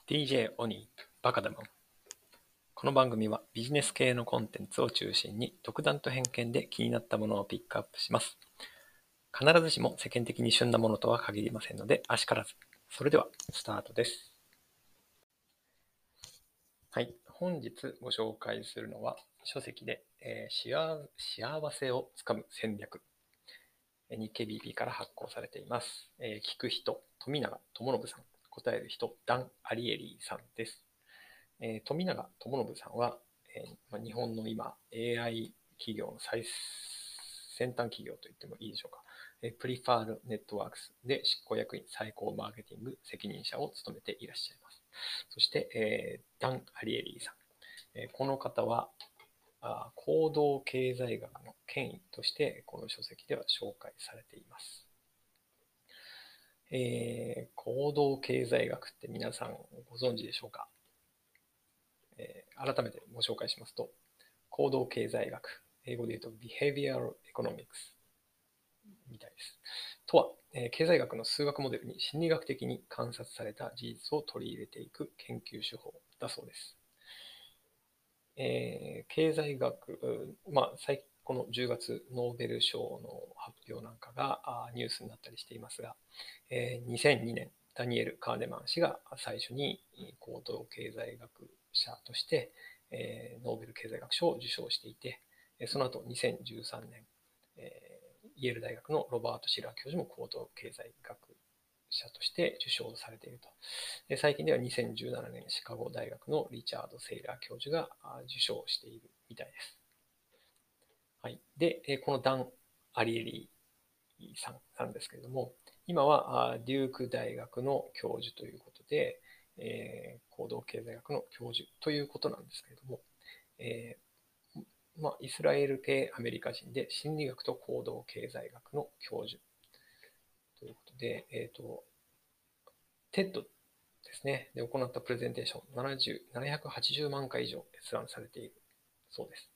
DJ オニー、バカだもん。この番組はビジネス系のコンテンツを中心に独断と偏見で気になったものをピックアップします。必ずしも世間的に旬なものとは限りませんので、あしからず。それでは、スタートです。はい。本日ご紹介するのは、書籍で、幸せをつかむ戦略。日経 BP から発行されています。聞く人、富永智信さん。答える人、ダン・アリエリーさんです。富永智信さんは、日本の今 AI 企業の最先端企業と言ってもいいでしょうか。プリファールネットワークスで執行役員最高マーケティング責任者を務めていらっしゃいます。そして、ダン・アリエリーさん。この方は行動経済学の権威としてこの書籍では紹介されています。行動経済学って皆さんご存知でしょうか。改めてご紹介しますと、行動経済学、英語で言うと Behavioral Economics みたいです。とは、経済学の数学モデルに心理学的に観察された事実を取り入れていく研究手法だそうです。経済学、この10月ノーベル賞の発表なんかがニュースになったりしていますが、2002年、ダニエル・カーネマン氏が最初に行動経済学者として、ノーベル経済学賞を受賞していて、その後2013年、イェール大学のロバート・シラー教授も行動経済学者として受賞されていると。最近では2017年シカゴ大学のリチャード・セイラー教授が受賞しているみたいです。はい、で、このダン・アリエリーさんなんですけれども、今はデューク大学の教授ということで、行動経済学の教授ということなんですけれども、イスラエル系アメリカ人で心理学と行動経済学の教授ということで、TED ですね、で行ったプレゼンテーション780万回以上閲覧されているそうです。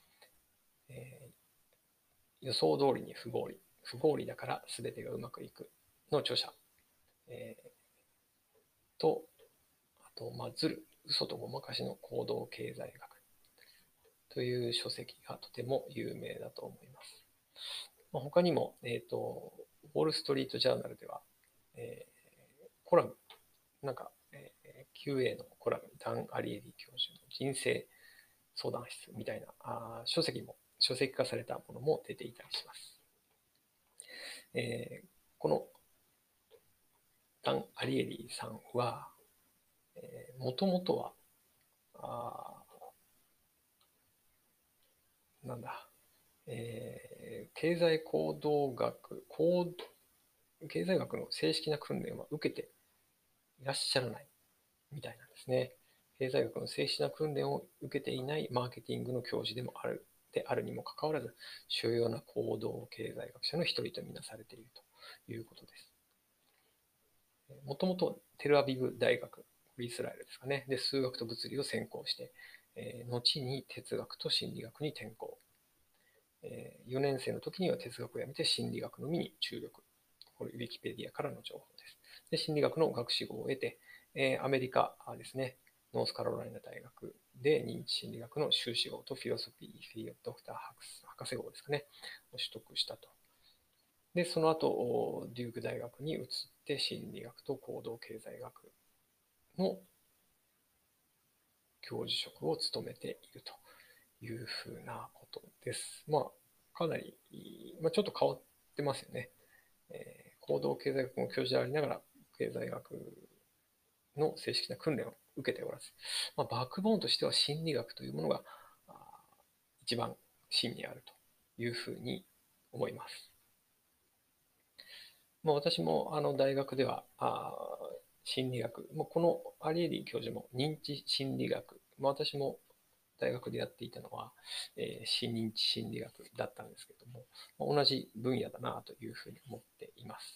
予想通りに不合理、不合理だから全てがうまくいくの著者、と、あと、ずる、嘘とごまかしの行動経済学という書籍がとても有名だと思います。他にも、ウォール・ストリート・ジャーナルでは、コラム、QA のコラム、ダン・アリエリー教授の人生相談室みたいな書籍化されたものも出ていたりします。このダン・アリエリーさんは、もともとは、経済行動学、経済学の正式な訓練は受けていらっしゃらないみたいなんですね。経済学の正式な訓練を受けていないマーケティングの教授であるにもかかわらず、主要な行動経済学者の一人とみなされているということです。もともとテルアビブ大学、イスラエルですかね、で数学と物理を専攻して、後に哲学と心理学に転校。4年生の時には哲学をやめて心理学のみに注力。これ、ウィキペディアからの情報です。で、心理学の学士号を得て、アメリカですね、ノースカロライナ大学で認知心理学の修士号とフィロソフィードクター博士号ですかね、を取得したと。で、その後、デューク大学に移って心理学と行動経済学の教授職を務めているというふうなことです。かなり、ちょっと変わってますよね。行動経済学の教授でありながら、経済学の正式な訓練を受けておらず、バックボーンとしては心理学というものが一番真にあるというふうに思います。私も大学では心理学、このアリエリー教授も認知心理学、私も大学でやっていたのは、認知心理学だったんですけれども、同じ分野だなというふうに思っています。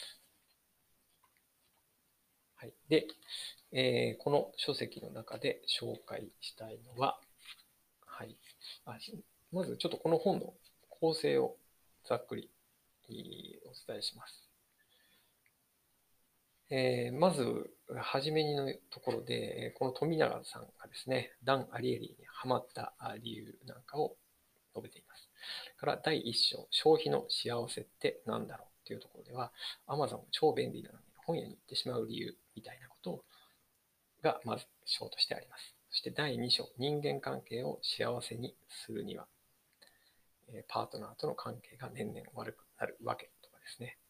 はい、で、この書籍の中で紹介したいのは、はい、まずちょっとこの本の構成をざっくりお伝えします。 まず、はじめにのところで、この富永さんがですね、ダン・アリエリーにハマった理由なんかを述べています。から第1章、消費の幸せって何だろうというところでは、Amazon 超便利なのに本屋に行ってしまう理由みたいなことがまず章としてあります。そして第2章、人間関係を幸せにするには、パートナーとの関係が年々悪くなるわけとかですね。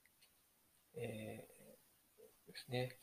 ですね。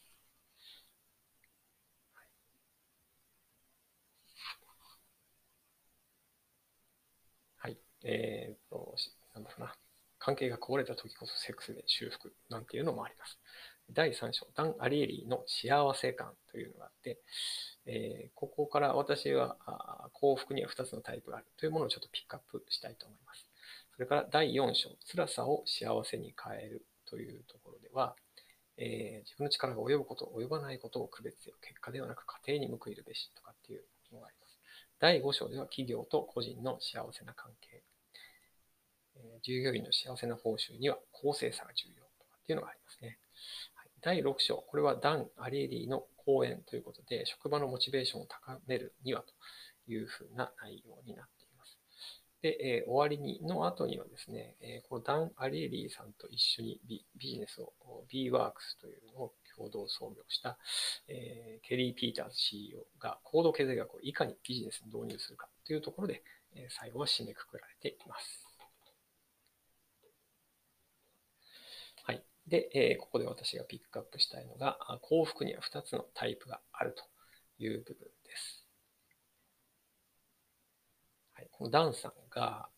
はい。なんだろうな。関係が壊れた時こそセックスで修復なんていうのもあります。第3章、ダン・アリエリーの幸せ感というのがあって、ここから私は幸福には2つのタイプがあるというものをちょっとピックアップしたいと思います。それから第4章、辛さを幸せに変えるというところでは、自分の力が及ぶこと、及ばないことを区別せよ。結果ではなく家庭に報いるべしとかっていうのがあります。第5章では企業と個人の幸せな関係。従業員の幸せな報酬には公正さが重要とかっていうのがありますね。第6章、これはダン・アリエリーの講演ということで、職場のモチベーションを高めるにはというふうな内容になっています。で、終わりにの後にはですね、このダン・アリエリーさんと一緒にビジネスを B-Works というのを共同創業した、ケリー・ピーターズ CEO が行動経済学をいかにビジネスに導入するかというところで、最後は締めくくられています。はい。で、ここで私がピックアップしたいのが、幸福には2つのタイプがあるという部分です。はい、このダンさんが、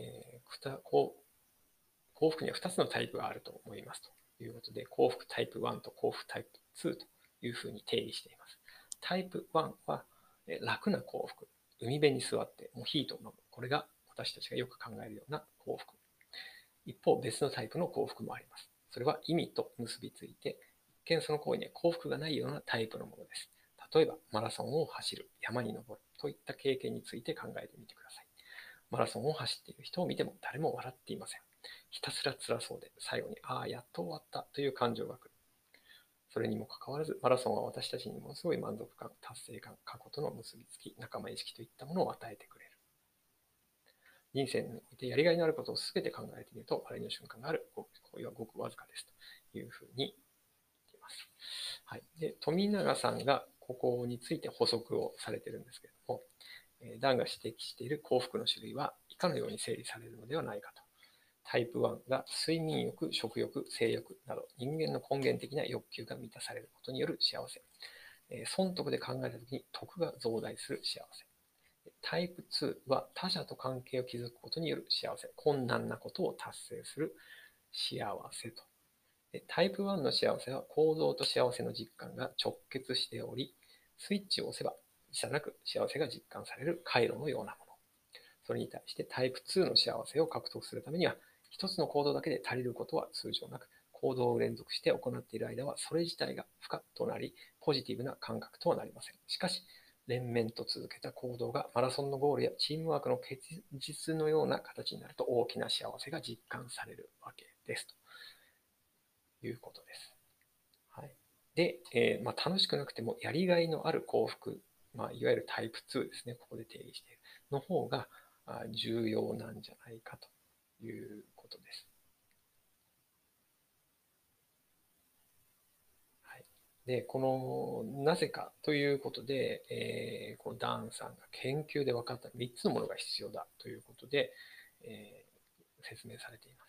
幸福には2つのタイプがあると思いますということで、幸福タイプ1と幸福タイプ2というふうに定義しています。タイプ1は楽な幸福。海辺に座ってもうヒートを飲む。これが私たちがよく考えるような幸福。一方、別のタイプの幸福もあります。それは意味と結びついて、一見その行為には幸福がないようなタイプのものです。例えば、マラソンを走る、山に登るといった経験について考えてみてください。マラソンを走っている人を見ても誰も笑っていません。ひたすら辛そうで、最後に、ああ、やっと終わったという感情が来る。それにもかかわらず、マラソンは私たちにものすごい満足感、達成感、過去との結びつき、仲間意識といったものを与えてくれる。人生においてやりがいのあることを全て考えてみると、笑いの瞬間がある。これはごくわずかですというふうに言っています。はい。で、富永さんがここについて補足をされているんですけれども、ダンが指摘している幸福の種類は以下のように整理されるのではないかと。タイプ1が睡眠欲、食欲、性欲など人間の根源的な欲求が満たされることによる幸せ。損得で考えたときに得が増大する幸せ。タイプ2は他者と関係を築くことによる幸せ。困難なことを達成する幸せと。タイプ1の幸せは行動と幸せの実感が直結しており、スイッチを押せば時差なく幸せが実感される回路のようなもの。それに対してタイプ2の幸せを獲得するためには、一つの行動だけで足りることは通常なく、行動を連続して行っている間は、それ自体が負荷となり、ポジティブな感覚とはなりません。しかし、連綿と続けた行動がマラソンのゴールやチームワークの結実のような形になると大きな幸せが実感されるわけですということです。はい、で、楽しくなくてもやりがいのある幸福、いわゆるタイプ2ですね、ここで定義しているの方が重要なんじゃないかということです。はい、で、このなぜかということで、このダーンさんが研究で分かった3つのものが必要だということで、説明されています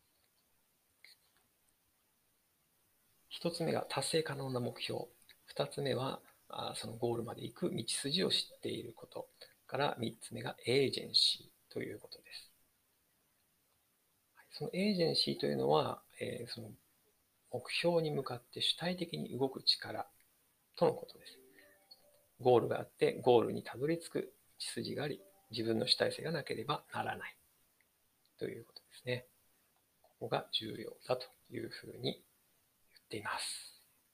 。1つ目が達成可能な目標。2つ目はそのゴールまで行く道筋を知っていること。から3つ目がエージェンシーということです。そのエージェンシーというのは、その目標に向かって主体的に動く力とのことです。ゴールがあって、ゴールにたどり着く道筋があり、自分の主体性がなければならないということですね。ここが重要だというふうに言っています。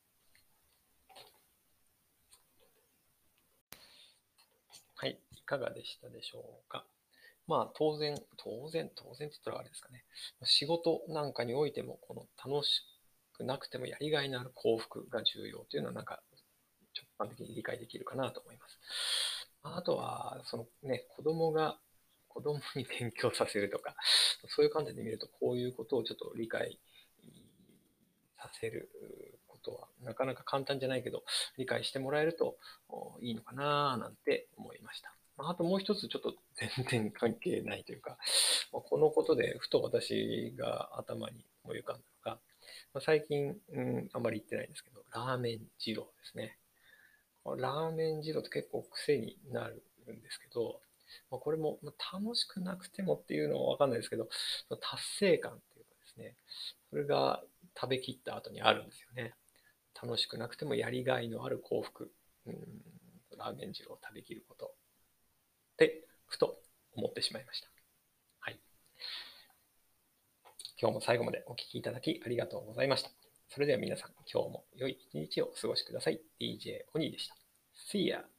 はい、いかがでしたでしょうか。当然って言ったらあれですかね。仕事なんかにおいても、この楽しくなくてもやりがいのある幸福が重要というのはなんか直感的に理解できるかなと思います。あとは、そのね、子供に勉強させるとか、そういう観点で見ると、こういうことをちょっと理解させることは、なかなか簡単じゃないけど、理解してもらえるといいのかななんて思いました。あともう一つちょっと全然関係ないというか、このことでふと私が頭に思い浮かんだのが、最近、あんまり行ってないんですけど、ラーメン二郎ですね。ラーメン二郎って結構癖になるんですけど、これも楽しくなくてもっていうのはわかんないですけど、達成感っていうかですね、それが食べきった後にあるんですよね。楽しくなくてもやりがいのある幸福。ラーメン二郎を食べきることってふと思ってしまいました。はい。今日も最後までお聞きいただきありがとうございました。それでは皆さん、今日も良い一日をお過ごしください。DJ オニーでした。See ya!